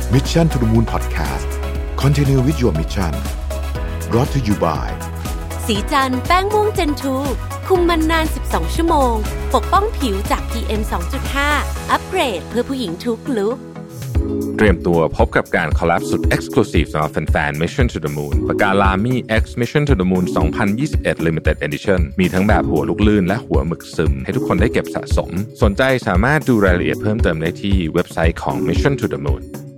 Mission to the Moon Podcast Continue with your mission brought to you by สีจันแป้งม่วงเจนทูคุมมันนาน12ชั่วโมงปกป้องผิวจาก PM 2.5 อัปเกรดเพื่อผู้หญิงทุกลุคเตรียมตัวพบกับการคอลแลบสุด Exclusive สำหรับแฟนๆ Mission to the Moon ปากกาลามี่ X Mission to the Moon 2021 Limited Edition มีทั้งแบบหัวลูกลื่นและหัวหมึกซึมให้ทุกคนได้เก็บสะสมสนใจสามารถดูรายละเอียดเพิ่มเติมได้ที่เว็บไซต์ของ Mission to the Moon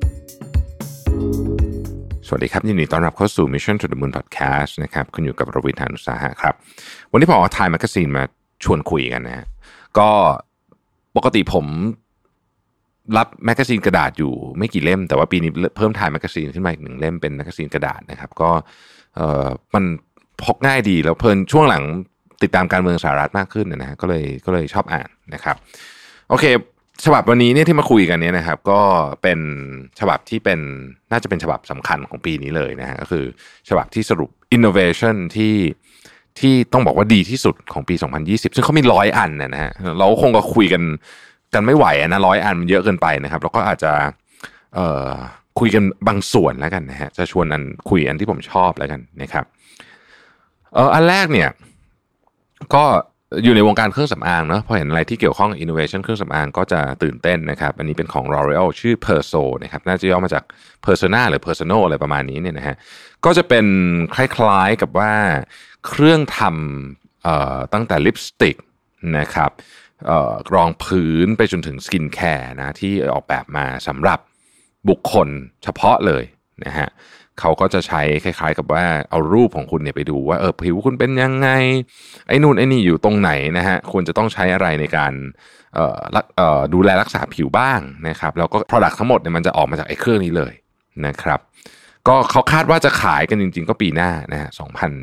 สวัสดีครับยินดีต้อนรับเข้าสู่ Mission to the Moon Podcast นะครับคุณอยู่กับรวิทย์ หาญอุตสาหะครับวันนี้ผมเอา Time Magazine มาชวนคุยกันนะฮะก็ปกติผมรับแมกกาซีนกระดาษอยู่ไม่กี่เล่มแต่ว่าปีนี้เพิ่มถ่ายแมกกาซีนขึ้นมาอีก1เล่มเป็นแมกกาซีนกระดาษนะครับก็มันพกง่ายดีแล้วเพลินช่วงหลังติดตามการเมืองสหรัฐมากขึ้นนะฮะก็เลยชอบอ่านนะครับโอเคฉบับวันนี้เนี่ยที่มาคุยกันเนี่ยนะครับก็เป็นฉบับที่เป็นน่าจะเป็นฉบับสำคัญของปีนี้เลยนะฮะก็คือฉบับที่สรุป innovation ที่ต้องบอกว่าดีที่สุดของปี2020ซึ่งเขามี100 อันนะฮะเราคงก็คุยกันไม่ไหวนะ100 อันมันเยอะเกินไปนะครับแล้วก็อาจจะคุยกันบางส่วนแล้วกันนะฮะจะชวนคุยอันที่ผมชอบแล้วกันนะครับอันแรกเนี่ยก็อยู่ในวงการเครื่องสำอางเนาะพอเห็นอะไรที่เกี่ยวข้องกับ innovation เครื่องสำอางก็จะตื่นเต้นนะครับอันนี้เป็นของ L'Oreal ชื่อ Perso นะครับน่าจะย่อมาจาก Persona หรือ Personal อะไรประมาณนี้เนี่ยนะฮะก็จะเป็นคล้ายๆกับว่าเครื่องทำตั้งแต่ลิปสติกนะครับรองพื้นไปจนถึงสกินแคร์นะที่ออกแบบมาสำหรับบุคคลเฉพาะเลยนะฮะเขาก็จะใช้คล้ายๆกับว่าเอารูปของคุณเนี่ยไปดูว่าผิวคุณเป็นยังไงไอ้นู่นไอ้นี่อยู่ตรงไหนนะฮะควรจะต้องใช้อะไรในการดูแลรักษาผิวบ้างนะครับแล้วก็ product ทั้งหมดเนี่ยมันจะออกมาจากไอ้เครื่องนี้เลยนะครับก็เขาคาดว่าจะขายกันจริงๆก็ปีหน้านะฮะ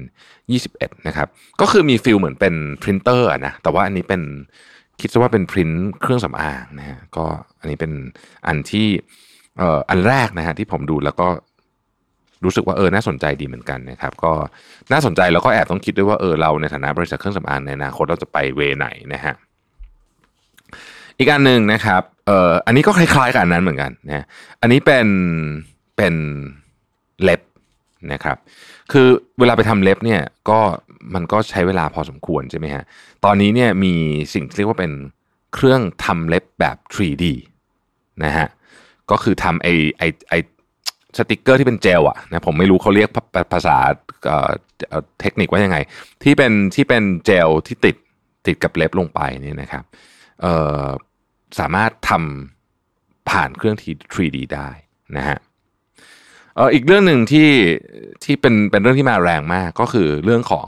2021นะครับก็คือมีฟีลเหมือนเป็นพรินเตอร์นะแต่ว่าอันนี้เป็นคิดซะว่าเป็นพรินท์เครื่องสำอางนะฮะก็อันนี้เป็นอันที่อันแรกนะฮะที่ผมดูแล้วก็รู้สึกว่าน่าสนใจดีเหมือนกันนะครับก็น่าสนใจแล้วก็แอบต้องคิดด้วยว่าเราในฐานะบริษัทเครื่องสำอางในอนาคตเราจะไปเวไหนนะฮะอีกอันหนึ่งนะครับอันนี้ก็คล้ายๆกับอันนั้นเหมือนกันนะอันนี้เป็นเล็บนะครับคือเวลาไปทำเล็บเนี่ยก็มันก็ใช้เวลาพอสมควรใช่ไหมฮะตอนนี้เนี่ยมีสิ่งที่เรียกว่าเป็นเครื่องทำเล็บแบบ 3D นะฮะก็คือทำไอสติกเกอร์ที่เป็นเจลอะนะผมไม่รู้เขาเรียกภาษาเทคนิคว่ายังไงที่เป็นเจลที่ติดกับเล็บลงไปเนี่ยนะครับสามารถทำผ่านเครื่อง 3D ได้นะฮะอีกเรื่องหนึ่งที่เป็นเรื่องที่มาแรงมากก็คือเรื่องของ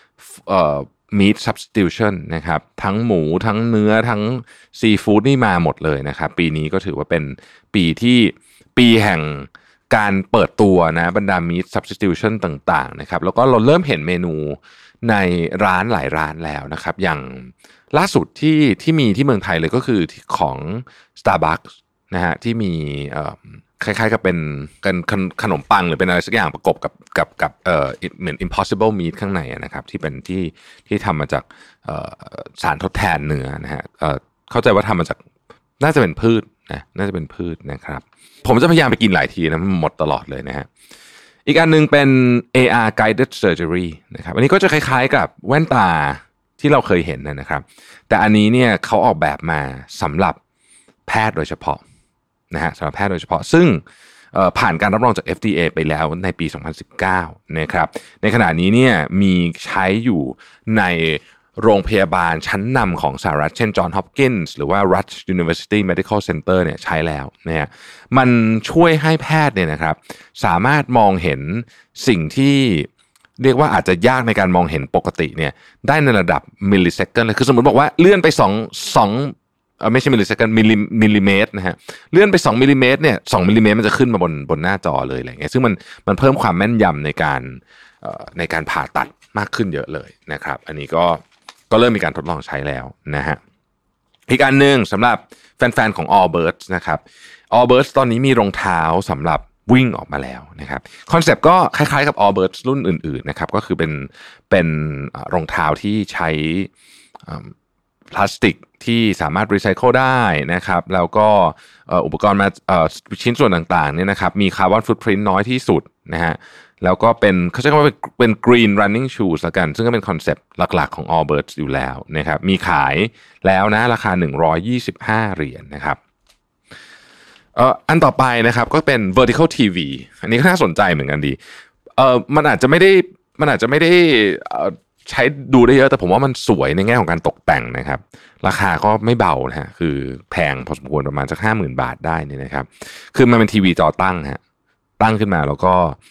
meat substitution นะครับทั้งหมูทั้งเนื้อทั้งซีฟู้ดนี่มาหมดเลยนะครับปีนี้ก็ถือว่าเป็นปีแห่งการเปิดตัวนะบรรดา meat substitution ต่างๆนะครับแล้วก็เราเริ่มเห็นเมนูในร้านหลายร้านแล้วนะครับอย่างล่าสุดที่มีที่เมืองไทยเลยก็คือของ Starbucks นะฮะที่มีคล้ายๆกับเป็นขนมปังหรือเป็นอะไรสักอย่างประกบกับเหมือน impossible meat ข้างในนะครับที่เป็นที่ทำมาจากสารทดแทนเนื้อนะฮะเข้าใจว่าทำมาจากน่าจะเป็นพืชนะครับผมจะพยายามไปกินหลายทีนะมันหมดตลอดเลยนะฮะอีกอันนึงเป็น AR guided surgery นะครับอันนี้ก็จะคล้ายๆกับแว่นตาที่เราเคยเห็นนะครับแต่อันนี้เนี่ยเขาออกแบบมาสำหรับแพทย์โดยเฉพาะนะฮะสำหรับแพทย์โดยเฉพาะซึ่งผ่านการรับรองจาก FDA ไปแล้วในปี2019นะครับในขณะนี้เนี่ยมีใช้อยู่ในโรงพยาบาลชั้นนำของสหรัฐเช่นจอห์นฮอปกินส์หรือว่า Rush University Medical Center เนี่ยใช้แล้วนะฮะมันช่วยให้แพทย์เนี่ยนะครับสามารถมองเห็นสิ่งที่เรียกว่าอาจจะยากในการมองเห็นปกติเนี่ยได้ในระดับมิลลิเซคันด์เลยคือสมมติบอกว่าเลื่อนไป2ไม่ใช่มิลลิเซคันด์มิลลิเมตรนะฮะเลื่อนไป2มิลลิเมตรเนี่ย2มิลลิเมตรมันจะขึ้นมาบนหน้าจอเลยอะไรเงี้ยซึ่งมันเพิ่มความแม่นยำในการผ่าตัดมากขึ้นเยอะเลยนะครับอันนี้ก็เริ่มมีการทดลองใช้แล้วนะฮะอีกอันนึงสำหรับแฟนๆของ Allbirds นะครับ Allbirds ตอนนี้มีรองเท้าสำหรับวิ่งออกมาแล้วนะครับคอนเซปต์ก็คล้ายๆกับ Allbirds รุ่นอื่นๆนะครับก็คือเป็นรองเท้าที่ใช้พลาสติกที่สามารถรีไซเคิลได้นะครับแล้วก็อุปกรณ์มาชิ้นส่วนต่างๆเนี่ยนะครับมีคาร์บอนฟุตพริ้นท์น้อยที่สุดนะฮะแล้วก็เป็นเขาใช้คำว่าเป็น green running shoes ละกันซึ่งก็เป็นคอนเซปต์หลักๆของ Allbirds อยู่แล้วนะครับมีขายแล้วนะราคา$125นะครับอันต่อไปนะครับก็เป็น vertical TV อันนี้ก็น่าสนใจเหมือนกันดีมันอาจจะไม่ได้ใช้ดูได้เยอะแต่ผมว่ามันสวยในแง่ของการตกแต่งนะครับราคาก็ไม่เบานะฮะคือแพงพอสมควรประมาณสัก 50,000 บาทได้นี่นะครับคือมันเป็นทีวีจอตั้งฮะตั้งขึ้นมาแล้วก็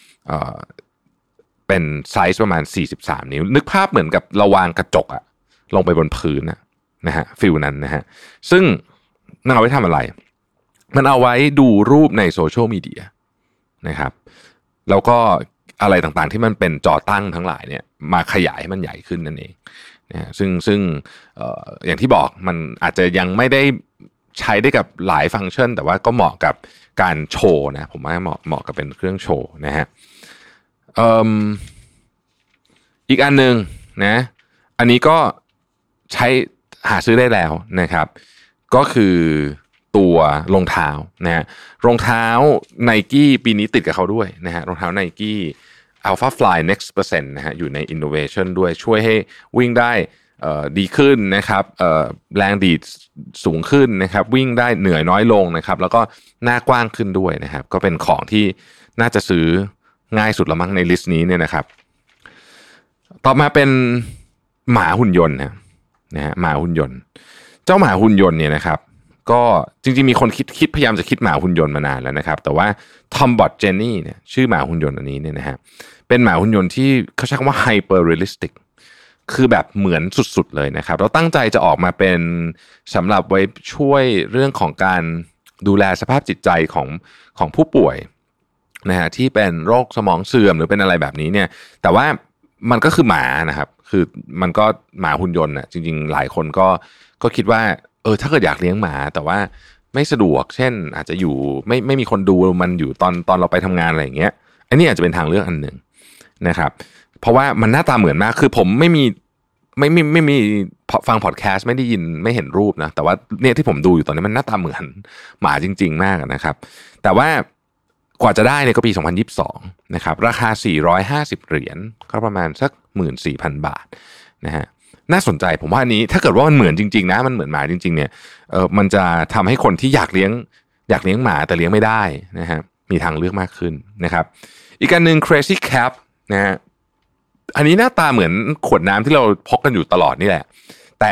เป็นไซส์ประมาณ43นิ้วนึกภาพเหมือนกับเราวางกระจกอะลงไปบนพื้นนะฮะฟิลนั้นนะฮะซึ่งมันเอาไว้ทำอะไรมันเอาไว้ดูรูปในโซเชียลมีเดียนะครับแล้วก็อะไรต่างๆที่มันเป็นจอตั้งทั้งหลายเนี่ยมาขยายให้มันใหญ่ขึ้นนั่นเองนะซึ่งอย่างที่บอกมันอาจจะยังไม่ได้ใช้ได้กับหลายฟังก์ชันแต่ว่าก็เหมาะกับการโชว์นะผมว่าเหมาะกับเป็นเครื่องโชว์นะฮะอีกอันนึงนะอันนี้ก็ใช้หาซื้อได้แล้วนะครับก็คือตัวรองเท้านะฮะรองเท้า Nike ปีนี้ติดกับเขาด้วยนะฮะรองเท้า Nike Alpha Fly Next Percent นะฮะอยู่ใน Innovation ด้วยช่วยให้วิ่งได้ดีขึ้นนะครับแรงดีดสูงขึ้นนะครับวิ่งได้เหนื่อยน้อยลงนะครับแล้วก็หน้ากว้างขึ้นด้วยนะครับก็เป็นของที่น่าจะซื้อง่ายสุดละมั้งในลิสต์นี้เนี่ยนะครับต่อมาเป็นหมาหุ่นยนต์นะฮะหมาหุ่นยนต์เจ้าหมาหุ่นยนต์เนี่ยนะครับก็จริงๆมีคนคิดพยายามจะคิดหมาหุ่นยนต์มานานแล้วนะครับแต่ว่า Tombot Jenny เนี่ยชื่อหมาหุ่นยนต์อันนี้เนี่ยนะฮะเป็นหมาหุ่นยนต์ที่เขาใช้คำว่า hyper realistic คือแบบเหมือนสุดๆเลยนะครับเราตั้งใจจะออกมาเป็นสำหรับไว้ช่วยเรื่องของการดูแลสภาพจิตใจของผู้ป่วยนะฮะที่เป็นโรคสมองเสื่อมหรือเป็นอะไรแบบนี้เนี่ยแต่ว่ามันก็คือหมานะครับคือมันก็หมาหุ่นยนต์น่ะจริงๆหลายคนก็คิดว่าถ้าเกิดอยากเลี้ยงหมาแต่ว่าไม่สะดวกเช่นอาจจะอยู่ไม่มีคนดูมันอยู่ตอนเราไปทำงานอะไรอย่างเงี้ยอันนี้อาจจะเป็นทางเลือกอันหนึ่งนะครับเพราะว่ามันหน้าตาเหมือนมากคือผมไม่มีฟังพอดแคสต์ไม่ได้ยินไม่เห็นรูปนะแต่ว่าเนี่ยที่ผมดูอยู่ตอนนี้มันหน้าตาเหมือนหมาจริงๆมากนะครับแต่ว่ากว่าจะได้เนี่ยก็ปี2022นะครับราคา$450ก็ประมาณสัก 14,000 บาทนะฮะน่าสนใจผมว่าอันนี้ถ้าเกิดว่ามันเหมือนจริงๆนะมันเหมือนหมาจริงๆเนี่ยมันจะทำให้คนที่อยากเลี้ยงหมาแต่เลี้ยงไม่ได้นะฮะมีทางเลือกมากขึ้นนะครับอีกอันนึง Crazy Cap นะฮะอันนี้หน้าตาเหมือนขวดน้ำที่เราพกกันอยู่ตลอดนี่แหละแต่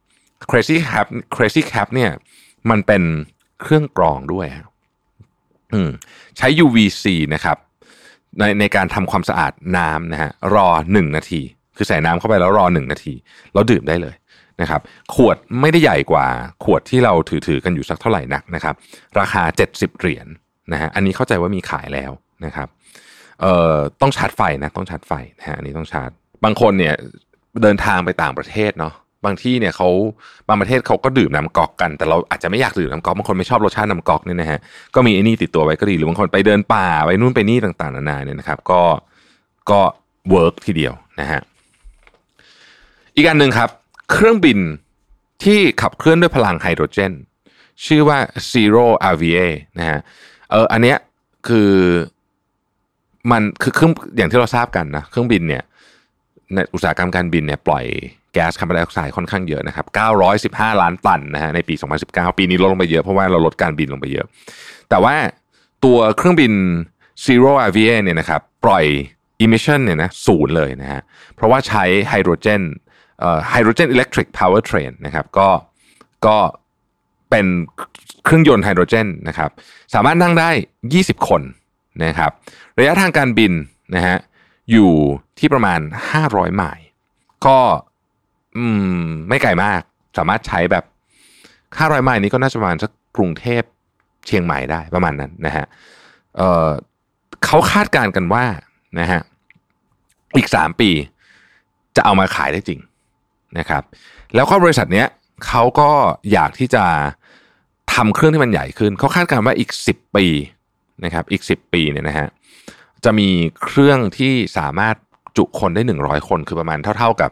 Crazy Cap เนี่ยมันเป็นเครื่องกรองด้วยใช้ UVC นะครับในการทำความสะอาดน้ำนะฮะรอ1นาทีคือใส่น้ำเข้าไปแล้วรอ1นาทีแล้วดื่มได้เลยนะครับขวดไม่ได้ใหญ่กว่าขวดที่เราถือกันอยู่สักเท่าไหร่นักนะครับราคา$70นะฮะอันนี้เข้าใจว่ามีขายแล้วนะครับต้องชาร์จไฟนะต้องชาร์จไฟนะฮะอันนี้ต้องชาร์จบางคนเนี่ยเดินทางไปต่างประเทศเนาะบางที่เนี่ยบางประเทศเขาก็ดื่มน้ำก๊อกกันแต่เราอาจจะไม่อยากดื่มน้ำก๊อกบางคนไม่ชอบรสชาติน้ำก๊อกเนี่ยนะฮะก็มีไอ้นี่ติดตัวไว้ก็ดีหรือบางคนไปเดินป่าไปนู่นไปนี่ต่างๆนานาเนี่ยนะครับก็เวิร์กทีเดียวนะฮะอีกอันนึงครับเครื่องบินที่ขับเคลื่อนด้วยพลังไฮโดรเจนชื่อว่า Zero Aviator นะฮะอันเนี้ยคือมันคือเครื่องอย่างที่เราทราบกันนะเครื่องบินเนี่ยในอุตสาหกรรมการบินเนี่ยปล่อยแก๊สคาร์บอนไดออกไซด์ค่อนข้างเยอะนะครับ915ล้านตันนะฮะในปี2019ปีนี้ลดลงไปเยอะเพราะว่าเราลดการบินลงไปเยอะแต่ว่าตัวเครื่องบิน Zero Aviator เนี่ยนะครับปล่อย emission เนี่ยนะ0เลยนะฮะเพราะว่าใช้ไฮโดรเจนelectric power train นะครับก็เป็นเครื่องยนต์ไฮโดรเจนนะครับสามารถนั่งได้20คนนะครับระยะทางการบินนะฮะอยู่ที่ประมาณ500ไมล์ก็ไม่ไกลมากสามารถใช้แบบ500ไมล์นี้ก็น่าจะประมาณสักกรุงเทพเชียงใหม่ได้ประมาณนั้นนะฮะเขาคาดการณ์กันว่านะฮะอีก3ปีจะเอามาขายได้จริงนะครับแล้วก็บริษัทเนี้ยเขาก็อยากที่จะทำเครื่องที่มันใหญ่ขึ้นเขาคาดการณ์ว่าอีก10ปีนะครับอีก10ปีเนี่ยนะฮะจะมีเครื่องที่สามารถจุคนได้100คนคือประมาณเท่ากับ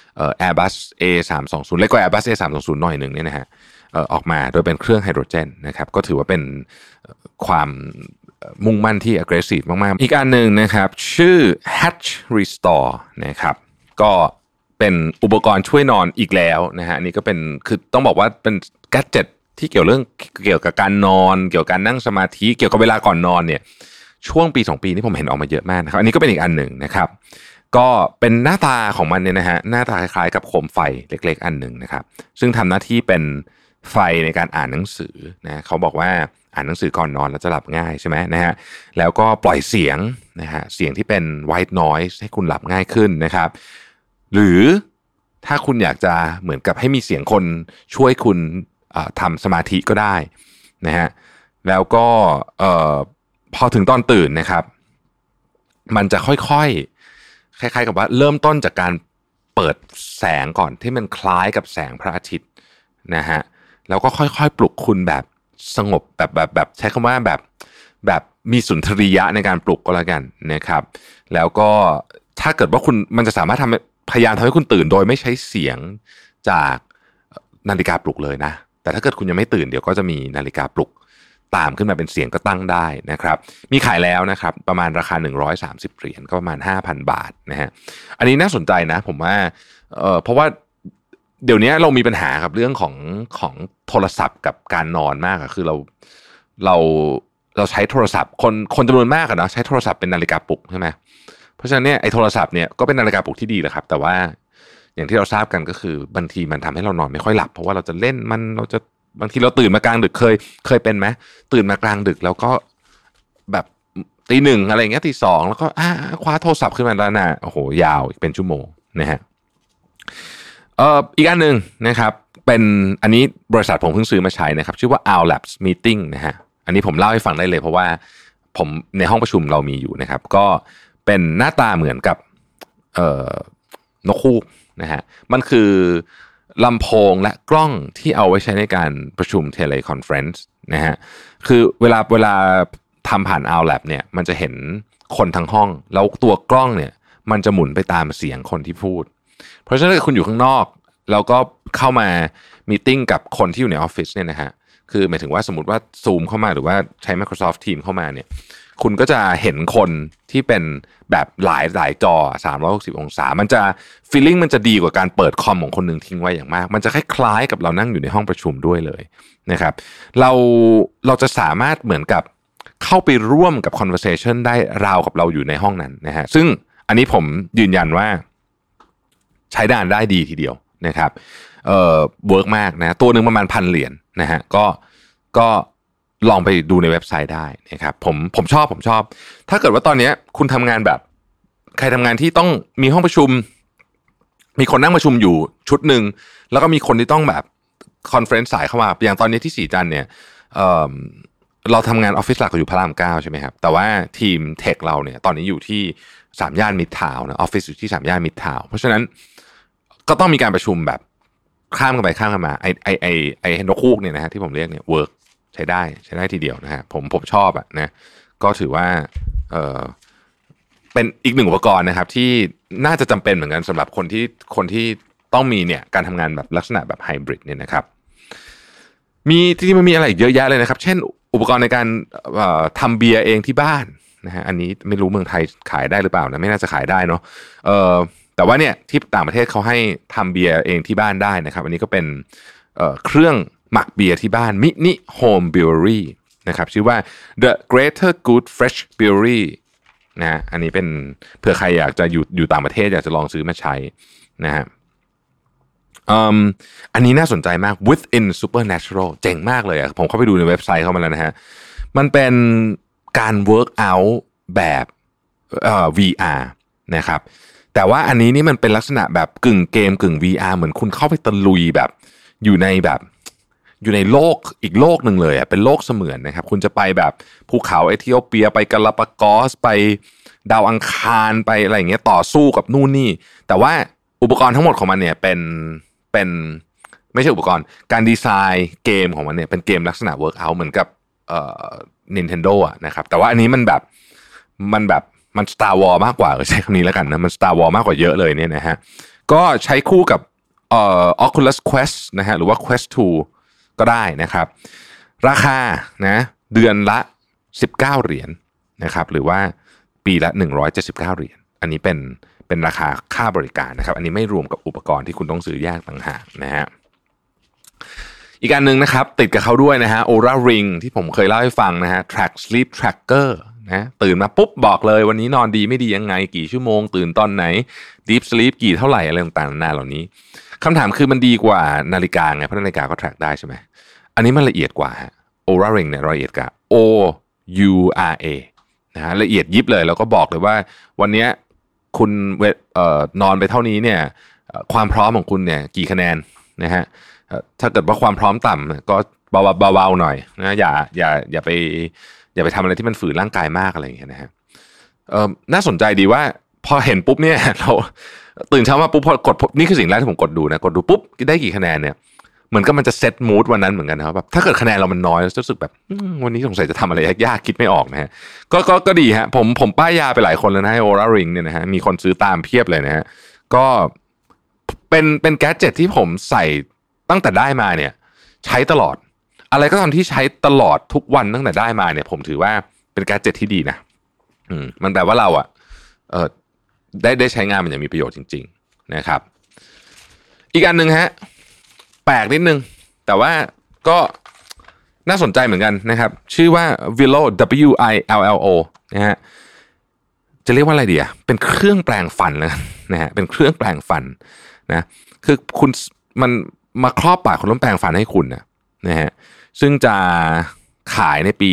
Airbus A320 เล็กกว่า Airbus A320 หน่อยนึงเนี่ยนะฮะออกมาโดยเป็นเครื่องไฮโดรเจนนะครับก็ถือว่าเป็นความมุ่งมั่นที่ aggressive มากๆอีกอันหนึ่งนะครับชื่อ Hatch Restore นะครับก็เป็นอุปกรณ์ช่วยนอนอีกแล้วนะฮะนี่ก็เป็นคือต้องบอกว่าเป็นแกดเจ็ตที่เกี่ยวกับการนอนเกี่ยวกับการนั่งสมาธิเกี่ยวกับเวลาก่อนนอนเนี่ยช่วงปี2ปีนี้ผมเห็นออกมาเยอะมากนะครับอันนี้ก็เป็นอีกอันหนึ่งนะครับก็เป็นหน้าตาของมันเนี่ยนะฮะหน้าตาคล้ายๆกับโคมไฟเล็กๆอันหนึ่งนะครับซึ่งทำหน้าที่เป็นไฟในการอ่านหนังสือนะเขาบอกว่าอ่านหนังสือก่อนนอนแล้วจะหลับง่ายใช่ไหมนะฮะแล้วก็ปล่อยเสียงนะฮะเสียงที่เป็น white noise ให้คุณหลับง่ายขึ้นนะครับหรือถ้าคุณอยากจะเหมือนกับให้มีเสียงคนช่วยคุณทำสมาธิก็ได้นะฮะแล้วก็พอถึงตอนตื่นนะครับมันจะค่อยๆคล้ายๆกับว่าเริ่มต้นจากการเปิดแสงก่อนที่มันคล้ายกับแสงพระอาทิตย์นะฮะแล้วก็ค่อยๆปลุกคุณแบบสงบแบบใช้คำว่าแบบมีสุนทรียะในการปลุกก็แล้วกันนะครับแล้วก็ถ้าเกิดว่าคุณมันจะสามารถพยายามทำให้คุณตื่นโดยไม่ใช้เสียงจากนาฬิกาปลุกเลยนะแต่ถ้าเกิดคุณยังไม่ตื่นเดี๋ยวก็จะมีนาฬิกาปลุกตามขึ้นมาเป็นเสียงก็ตั้งได้นะครับมีขายแล้วนะครับประมาณราคา130เหรียญก็ประมาณ 5,000 บาทนะฮะอันนี้น่าสนใจนะผมว่าเพราะว่าเดี๋ยวนี้เรามีปัญหากับเรื่องของโทรศัพท์กับการนอนมากคือเราใช้โทรศัพท์คนจำนวนมากอะเนาะใช้โทรศัพท์เป็นนาฬิกาปลุกใช่ไหมเพราะฉะนั้นเนี่ยไอ้โทรศัพท์เนี่ยก็เป็นนาฬิกาปลุกที่ดีแหละครับแต่ว่าอย่างที่เราทราบกันก็คือบางทีมันทำให้เรานอนไม่ค่อยหลับเพราะว่าเราจะเล่นมันบางทีเราตื่นมากลางดึกเคยเป็นไหมตื่นมากลางดึกแล้วก็แบบตี 1อะไรอย่างเงี้ยตี 2แล้วก็คว้าโทรศัพท์ขึ้นมาแล้วนะโอ้โหยาวอีกเป็นชั่วโมงนะฮะอีกอันหนึ่งนะครับเป็นอันนี้บริษัทผมเพิ่งซื้อมาใช้นะครับชื่อว่า Owl Labs Meeting นะฮะอันนี้ผมเล่าให้ฟังได้เลยเพราะว่าผมในห้องประชุมเรามีอยู่นะครับก็เป็นหน้าตาเหมือนกับนกฮูกนะฮะมันคือลำโพงและกล้องที่เอาไว้ใช้ในการประชุมเทเลคอนเฟรนซ์นะฮะคือเวลาทำผ่าน Owl Lab เนี่ยมันจะเห็นคนทั้งห้องแล้วตัวกล้องเนี่ยมันจะหมุนไปตามเสียงคนที่พูดเพราะฉะนั้นคุณอยู่ข้างนอกแล้วก็เข้ามามีตติ้งกับคนที่อยู่ในออฟฟิศเนี่ยนะฮะคือหมายถึงว่าสมมติว่า Zoom เข้ามาหรือว่าใช้ Microsoft Teams เข้ามาเนี่ยคุณก็จะเห็นคนที่เป็นแบบหลายจอ360องศามันจะ feeling มันจะดีกว่าการเปิดคอมของคนหนึ่งทิ้งไว้อย่างมากมันจะคล้ายๆกับเรานั่งอยู่ในห้องประชุมด้วยเลยนะครับเราจะสามารถเหมือนกับเข้าไปร่วมกับ conversation ได้ราวกับเราอยู่ในห้องนั้นนะฮะซึ่งอันนี้ผมยืนยันว่าใช้ได้ดีทีเดียวนะครับเวิร์กมากนะตัวหนึ่งประมาณ1,000 เหรียญนะฮะก็ลองไปดูในเว็บไซต์ได้นะครับผมชอบถ้าเกิดว่าตอนนี้คุณทำงานแบบใครทำงานที่ต้องมีห้องประชุมมีคนนั่งประชุมอยู่ชุดหนึ่งแล้วก็มีคนที่ต้องแบบคอนเฟอเรนซ์สายเข้ามาอย่างตอนนี้ที่สีจันทร์เนี่ยเราทำงานออฟฟิศหลักอยู่พระราม9ใช่ไหมครับแต่ว่าทีมเทคเราเนี่ยตอนนี้อยู่ที่3 ย่านมิตรทาวน์นะออฟฟิศอยู่ที่3 ย่านมิตรทาวน์เพราะฉะนั้นก็ต้องมีการประชุมแบบข้ามกันไปข้ามกันมาไอ้นกฮูกเนี่ยนะฮะที่ผมเรียกเนี่ยเวิร์กใช้ได้ทีเดียวนะฮะผมชอบอ่ะนะก็ถือว่าเป็นอีกหนึ่งอุปกรณ์นะครับที่น่าจะจำเป็นเหมือนกันสำหรับคนที่ต้องมีเนี่ยการทำงานแบบลักษณะแบบไฮบริดเนี่ยนะครับมีที่มันมีอะไรอีกเยอะแยะเลยนะครับเช่นอุปกรณ์ในการทำเบียร์เองที่บ้านนะฮะอันนี้ไม่รู้เมืองไทยขายได้หรือเปล่านะไม่น่าจะขายได้เนาะแต่ว่าเนี่ยที่ต่างประเทศเขาให้ทำเบียร์เองที่บ้านได้นะครับอันนี้ก็เป็นเครื่องหมักเบียร์ที่บ้านมินิโฮมบิวเรอรี่นะครับชื่อว่า The Greater Good Fresh Brewery นะอันนี้เป็นเผื่อใครอยากจะอยู่ต่างประเทศอยากจะลองซื้อมาใช้นะฮะอันนี้น่าสนใจมาก Within Supernatural เจ๋งมากเลยอ่ะผมเข้าไปดูในเว็บไซต์เข้ามาแล้วนะฮะมันเป็นการ work out แบบVR นะครับแต่ว่าอันนี้นี่มันเป็นลักษณะแบบกึ่งเกมกึ่ง VR เหมือนคุณเข้าไปตะลุยแบบอยู่ในโลกอีกโลกหนึ่งเลยอ่ะเป็นโลกเสมือนนะครับคุณจะไปแบบภูเขาเอธิโอเปียไปกาลาปากอสไปดาวอังคารไปอะไรอย่างเงี้ยต่อสู้กับนู่นนี่แต่ว่าอุปกรณ์ทั้งหมดของมันเนี่ยเป็นไม่ใช่อุปกรณ์การดีไซน์เกมของมันเนี่ยเป็นเกมลักษณะ workout เหมือนกับNintendo อ่ะนะครับแต่ว่าอันนี้มัน Star Wars มากกว่าใช้คำนี้แล้วกันนะมัน Star Wars มากกว่าเยอะเลยเนี่ยนะฮะก็ใช้คู่กับOculus Quest นะฮะหรือว่า Quest 2 ก็ได้นะครับราคานะเดือนละ19เหรียญนะครับหรือว่าปีละ179เหรียญอันนี้เป็นราคาค่าบริการนะครับอันนี้ไม่รวมกับอุปกรณ์ที่คุณต้องซื้อแยกต่างหากนะฮะอีกอันนึงนะครับติดกับเขาด้วยนะฮะ Oura Ring ที่ผมเคยเล่าให้ฟังนะฮะ Track Sleep Tracker นะตื่นมาปุ๊บบอกเลยวันนี้นอนดีไม่ดียังไงกี่ชั่วโมงตื่นตอนไหน Deep Sleep กี่เท่าไหร่อะไรต่างๆนานาเหล่านี้คำถามคือมันดีกว่านาฬิกาไงเพราะนาฬิกาก็ track ได้ใช่ไหมอันนี้มันละเอียดกว่าฮะ Oura Ring เนี่ยละเอียดกว่า OURA นะฮะละเอียดยิบเลยแล้วก็บอกเลยว่าวันนี้คุณนอนไปเท่านี้เนี่ยความพร้อมของคุณเนี่ยกี่คะแนนนะฮะถ้าเกิดว่าความพร้อมต่ำก็เบาๆหน่อยนะอย่าไปทำอะไรที่มันฝืนร่างกายมากอะไรอย่างเงี้ยนะฮะน่าสนใจดีว่าพอเห็นปุ๊บเนี่ยเราตื่นเช้ามาปุ๊บพอกดนี่คือสิ่งแรกที่ผมกดดูนะกดดูปุ๊บได้กี่คะแนนเนี่ยเหมือนกับมันจะเซตมูดวันนั้นเหมือนกันนะครับแบบถ้าเกิดคะแนนเรามันน้อยรู้สึกแบบวันนี้สงสัยจะทำอะไรยากๆคิดไม่ออกนะฮะก็ดีฮะผมป้ายยาไปหลายคนแล้วนะ Oura Ring เนี่ยนะฮะมีคนซื้อตามเพียบเลยนะฮะก็เป็นแกดเจ็ตที่ผมใส่ตั้งแต่ได้มาเนี่ยใช้ตลอดอะไรก็ตามที่ใช้ตลอดทุกวันตั้งแต่ได้มาเนี่ยผมถือว่าเป็นแกดเจ็ตที่ดีนะมันแปลว่าเราได้ใช้งานมันอย่างมีประโยชน์จริงๆนะครับอีกอันนึงฮะแปลกนิดนึงแต่ว่าก็น่าสนใจเหมือนกันนะครับชื่อว่า Willow WILLO นะฮะจะเรียกว่าอะไรดีอ่ะเป็นเครื่องแปลงฟันเลยนะฮะเป็นเครื่องแปลงฟันนะคือคุณมันมาครอบปากคุณแล้วแปลงฟันให้คุณนะฮะซึ่งจะขายในปี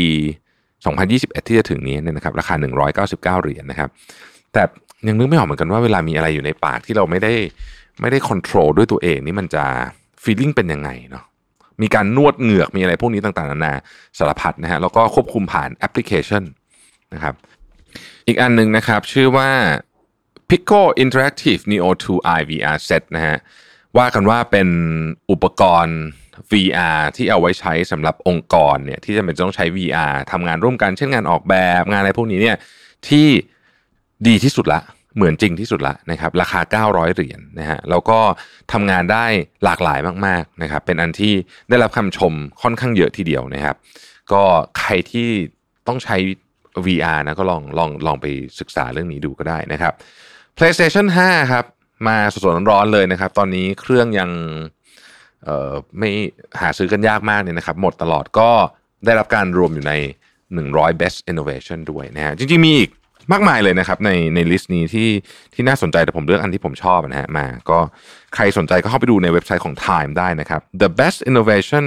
2021ที่จะถึงนี้นะครับราคา199เหรียญนะครับแต่ยังนึกไม่ออกเหมือนกันว่าเวลามีอะไรอยู่ในปากที่เราไม่ได้คอนโทรลด้วยตัวเองนี่มันจะฟีลลิ่งเป็นยังไงเนาะมีการนวดเหงือกมีอะไรพวกนี้ต่างๆนานาสารพัดนะฮะแล้วก็ควบคุมผ่านแอปพลิเคชันนะครับอีกอันนึงนะครับชื่อว่า Pico Interactive Neo 2i VR Set นะฮะว่ากันว่าเป็นอุปกรณ์ VR ที่เอาไว้ใช้สำหรับองค์กรเนี่ยที่จำเป็นต้องใช้ VR ทำงานร่วมกันเช่นงานออกแบบงานอะไรพวกนี้เนี่ยที่ดีที่สุดละเหมือนจริงที่สุดละนะครับราคา900เหรียญนะฮะแล้วก็ทำงานได้หลากหลายมากๆนะครับเป็นอันที่ได้รับคำชมค่อนข้างเยอะทีเดียวนะครับก็ใครที่ต้องใช้ VR นะก็ลองไปศึกษาเรื่องนี้ดูก็ได้นะครับ PlayStation 5 ครับมาสดๆร้อนๆเลยนะครับตอนนี้เครื่องยังไม่หาซื้อกันยากมากเนี่ยนะครับหมดตลอดก็ได้รับการรวมอยู่ใน100 Best Innovation ด้วยนะฮะจริงๆมีอีกมากมายเลยนะครับในลิสต์นี้ที่น่าสนใจแต่ผมเลือกอันที่ผมชอบนะฮะมาก็ใครสนใจก็เข้าไปดูในเว็บไซต์ของ Time ได้นะครับ The Best Innovation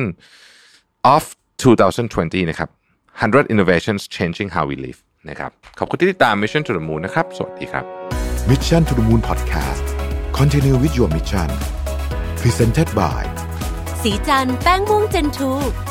of 2020 นะครับ 100 Innovations Changing How We Live นะครับขอบคุณที่ติดตาม Mission to the Moon นะครับสวัสดีครับ Mission to the Moon Podcast Continue with your mission Presented by สีจันแป้งม่วงเจนทู